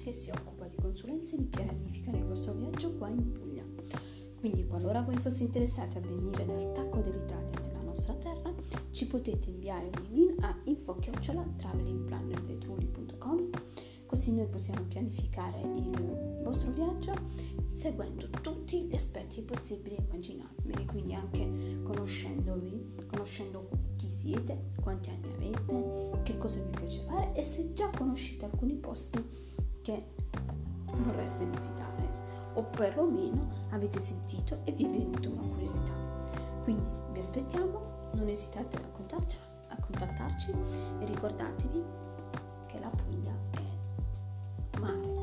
che si occupa di consulenze di pianificare il vostro viaggio qua in Puglia. Quindi qualora voi foste interessati a venire nel tacco dell'Italia, nella nostra terra, ci potete inviare un'email a info@travelingplannerdetrulli.com, così noi possiamo pianificare il vostro viaggio seguendo tutti gli aspetti possibili e immaginabili, quindi anche conoscendovi, conoscendo chi siete, quanti anni avete, che cosa vi piace fare e se già conoscete alcuni posti che vorreste visitare o perlomeno avete sentito e vi è venuta una curiosità. Quindi vi aspettiamo, non esitate a contattarci e ricordatevi che la Puglia è mare.